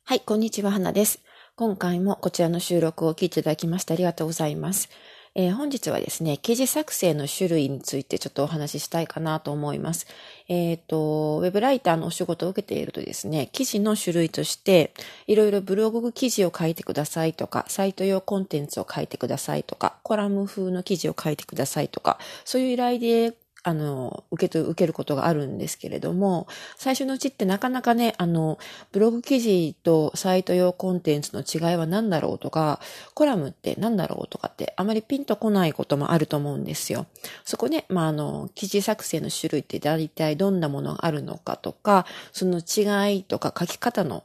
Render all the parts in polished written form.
はい、こんにちは、花です。今回もこちらの収録を聞いていただきましてありがとうございます。本日はですね、記事作成の種類についてちょっとお話ししたいかなと思います。ウェブライターのお仕事を受けているとですね、記事の種類として、いろいろブログ記事を書いてくださいとか、サイト用コンテンツを書いてくださいとか、コラム風の記事を書いてくださいとか、そういう依頼で受けることがあるんですけれども、最初のうちってなかなかね、ブログ記事とサイト用コンテンツの違いは何だろうとか、コラムって何だろうとかってあまりピンとこないこともあると思うんですよ。そこで、記事作成の種類って大体どんなものがあるのかとか、その違いとか書き方の、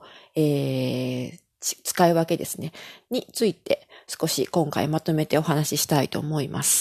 使い分けですね、について少し今回まとめてお話ししたいと思います。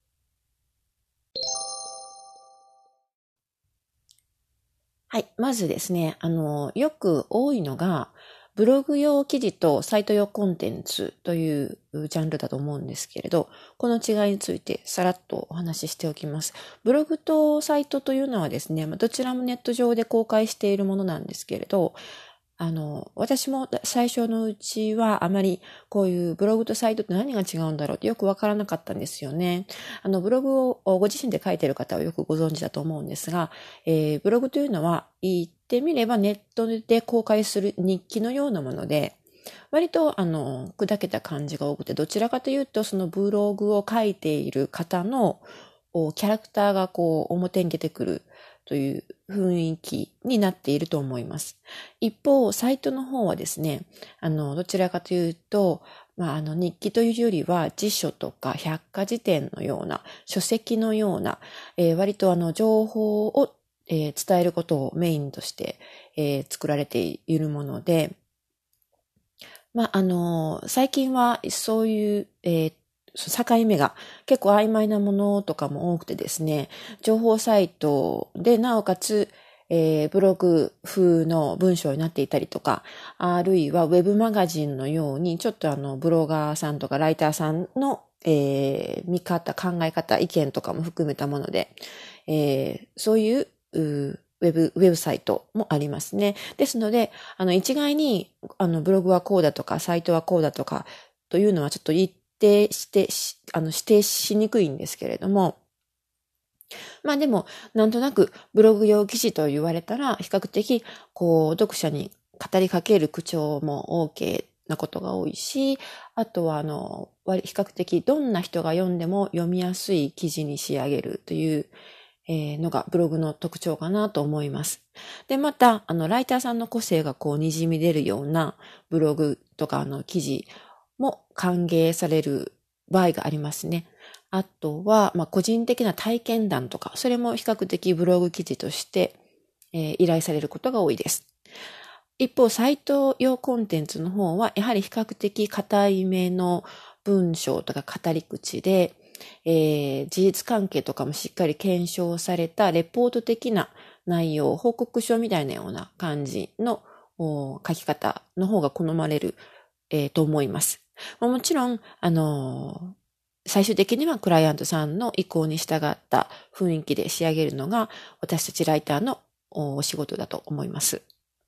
はい。まずですね、よく多いのが、ブログ用記事とサイト用コンテンツというジャンルだと思うんですけれど、この違いについてさらっとお話ししておきます。ブログとサイトというのはですね、どちらもネット上で公開しているものなんですけれど、私も最初のうちはあまりこういうブログとサイトって何が違うんだろうってよくわからなかったんですよね。ブログをご自身で書いている方はよくご存知だと思うんですが、ブログというのは言ってみればネットで公開する日記のようなもので、割と砕けた感じが多くて、どちらかというとそのブログを書いている方のキャラクターが表に出てくるという雰囲気になっていると思います。一方、サイトの方はですね、どちらかというと、日記というよりは辞書とか百科事典のような書籍のような、割と情報を、伝えることをメインとして、作られているもので、最近はそういう、境目が結構曖昧なものとかも多くてですね、情報サイトでなおかつ、ブログ風の文章になっていたりとか、あるいはウェブマガジンのように、ちょっとブロガーさんとかライターさんの、見方、考え方、意見とかも含めたもので、そういうウェブサイトもありますね。ですので、一概に、ブログはこうだとか、サイトはこうだとか、というのはちょっと言って指定しにくいんですけれども、でも、なんとなく、ブログ用記事と言われたら、比較的、読者に語りかける口調も OK なことが多いし、あとは、比較的、どんな人が読んでも読みやすい記事に仕上げるという、のがブログの特徴かなと思います。で、また、ライターさんの個性が滲み出るようなブログとか記事も歓迎される場合がありますね。あとは、個人的な体験談とか、それも比較的ブログ記事として、依頼されることが多いです。一方、サイト用コンテンツの方は、やはり比較的硬いめの文章とか語り口で、事実関係とかもしっかり検証されたレポート的な内容、報告書みたいなような感じの書き方の方が好まれる、と思います。もちろん、最終的にはクライアントさんの意向に従った雰囲気で仕上げるのが私たちライターのお仕事だと思います。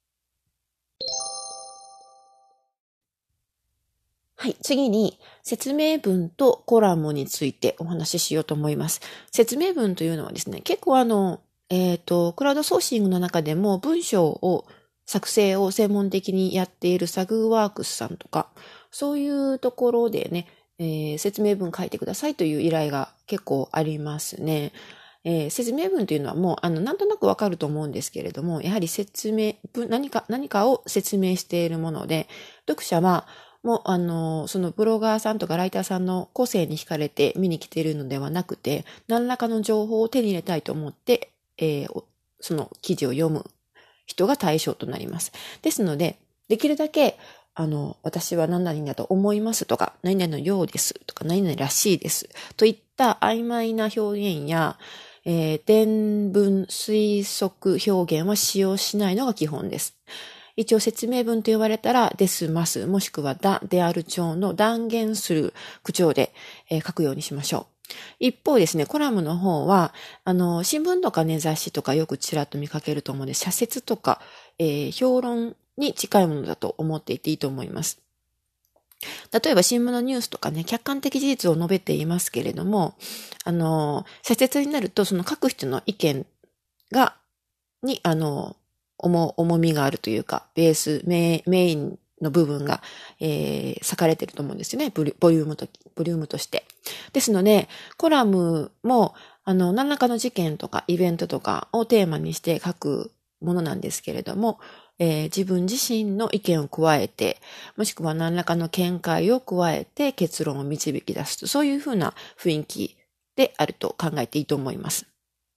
はい。次に、説明文とコラムについてお話ししようと思います。説明文というのはですね、結構クラウドソーシングの中でも文章を作成を専門的にやっているサグワークスさんとか、そういうところでね、説明文書いてくださいという依頼が結構ありますね。説明文というのはもう、なんとなくわかると思うんですけれども、やはり説明文、何かを説明しているもので、読者は、もう、そのブロガーさんとかライターさんの個性に惹かれて見に来ているのではなくて、何らかの情報を手に入れたいと思って、その記事を読む人が対象となります。ですので、できるだけ、私は何々だと思いますとか、何々のようですとか、何々らしいですといった曖昧な表現や、伝文推測表現は使用しないのが基本です。一応説明文と言われたら、です、ます、もしくはだ、である調の断言する口調で、書くようにしましょう。一方ですね、コラムの方は、新聞とかね、雑誌とかよくちらっと見かけると思うんで、社説とか、評論に近いものだと思っていていいと思います。例えば新聞のニュースとかね、客観的事実を述べていますけれども、説説になるとその各人の意見に、重みがあるというか、ベース、メインの部分が、割かれていると思うんですよね。ボリュームとして。ですので、コラムも、何らかの事件とかイベントとかをテーマにして書くものなんですけれども、自分自身の意見を加えて、もしくは何らかの見解を加えて結論を導き出すと、そういうふうな雰囲気であると考えていいと思います。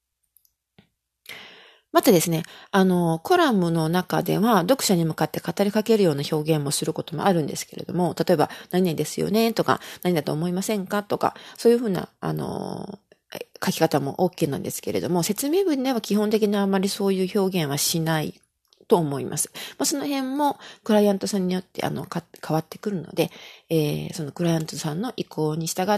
またですね、コラムの中では読者に向かって語りかけるような表現もすることもあるんですけれども、例えば、何々ですよねとか、何だと思いませんかとか、そういうふうな、書き方も OK なんですけれども、説明文では基本的にあまりそういう表現はしないと思います。その辺もクライアントさんによって変わってくるので、そのクライアントさんの意向に従って、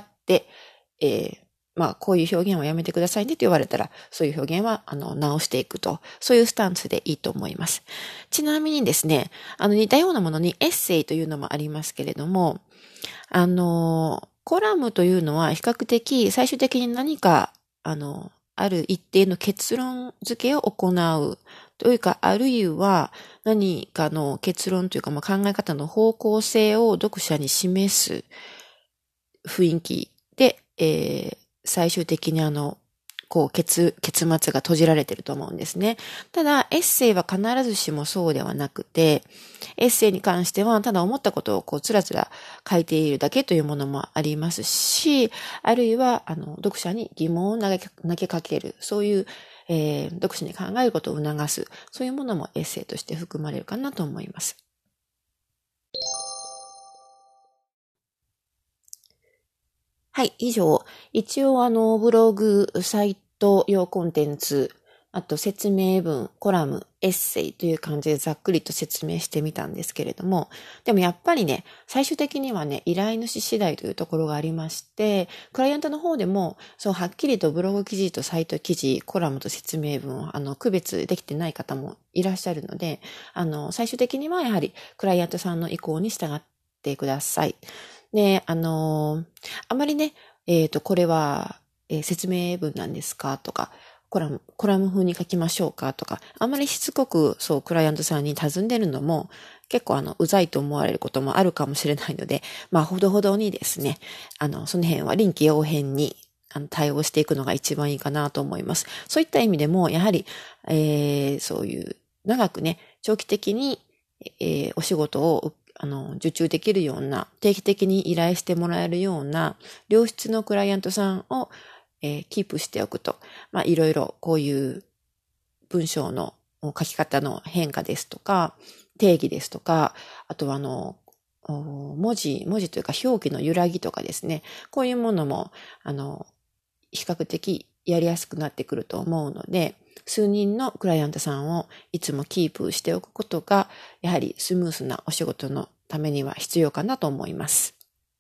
こういう表現はやめてくださいねと言われたら、そういう表現は、直していくと、そういうスタンスでいいと思います。ちなみにですね、似たようなものにエッセイというのもありますけれども、コラムというのは比較的、最終的に何か、ある一定の結論付けを行うというか、あるいは何かの結論というか、考え方の方向性を読者に示す雰囲気で、最終的に結末が閉じられていると思うんですね。ただ、エッセイは必ずしもそうではなくて、エッセイに関しては、ただ思ったことをつらつら書いているだけというものもありますし、あるいは、読者に疑問を投げかける、そういう、読者に考えることを促す、そういうものもエッセイとして含まれるかなと思います。はい、以上。一応ブログ、サイト用コンテンツ、あと説明文、コラム、エッセイという感じでざっくりと説明してみたんですけれども、でもやっぱりね、最終的にはね、依頼主次第というところがありまして、クライアントの方でも、そう、はっきりとブログ記事とサイト記事、コラムと説明文を、区別できてない方もいらっしゃるので、最終的にはやはり、クライアントさんの意向に従ってください。で、あまりね、これは、説明文なんですかとか、コラム風に書きましょうかとか、あまりしつこく、そう、クライアントさんに尋んでるのも、結構うざいと思われることもあるかもしれないので、ほどほどにですね、その辺は臨機応変に、対応していくのが一番いいかなと思います。そういった意味でも、やはり、そういう、長くね、長期的に、お仕事を受注できるような、定期的に依頼してもらえるような、良質のクライアントさんを、キープしておくと、いろいろこういう文章の書き方の変化ですとか、定義ですとか、あとは文字というか表記の揺らぎとかですね、こういうものも、比較的やりやすくなってくると思うので、数人のクライアントさんをいつもキープしておくことが、やはりスムースなお仕事のためには必要かなと思います。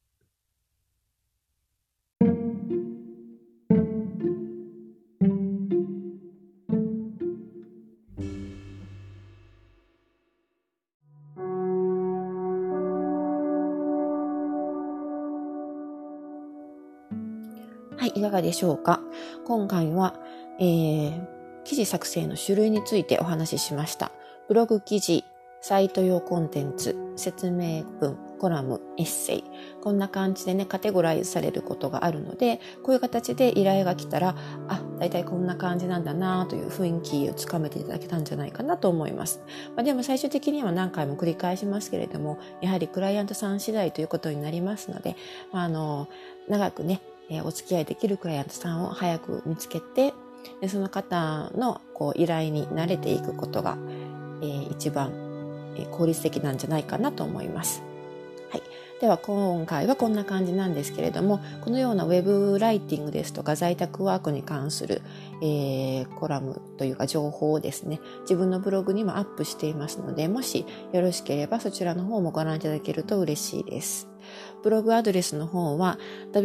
はい、いかがでしょうか。今回は、記事作成の種類についてお話ししました。ブログ記事、サイト用コンテンツ、説明文、コラム、エッセイ。こんな感じでね、カテゴライズされることがあるので、こういう形で依頼が来たら、だいたいこんな感じなんだなという雰囲気をつかめていただけたんじゃないかなと思います。でも最終的には何回も繰り返しますけれども、やはりクライアントさん次第ということになりますので、長くね、お付き合いできるクライアントさんを早く見つけて、でその方の依頼に慣れていくことが、一番効率的なんじゃないかなと思います。はい。では今回はこんな感じなんですけれども、このようなウェブライティングですとか在宅ワークに関する、コラムというか情報をですね、自分のブログにもアップしていますので、もしよろしければそちらの方もご覧いただけると嬉しいです。 ブログアドレスの方は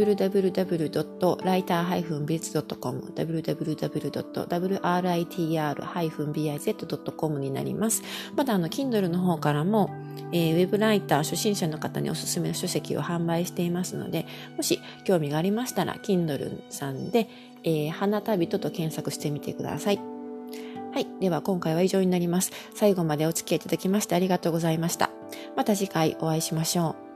www.writer-biz.com www.writer-biz.com になります。またKindle の方からも、ウェブライター初心者の方におすすめの書籍を販売していますので、もし興味がありましたら Kindle さんで、花旅人と検索してみてください。はい。では今回は以上になります。最後までお付き合いいただきましてありがとうございました。また次回お会いしましょう。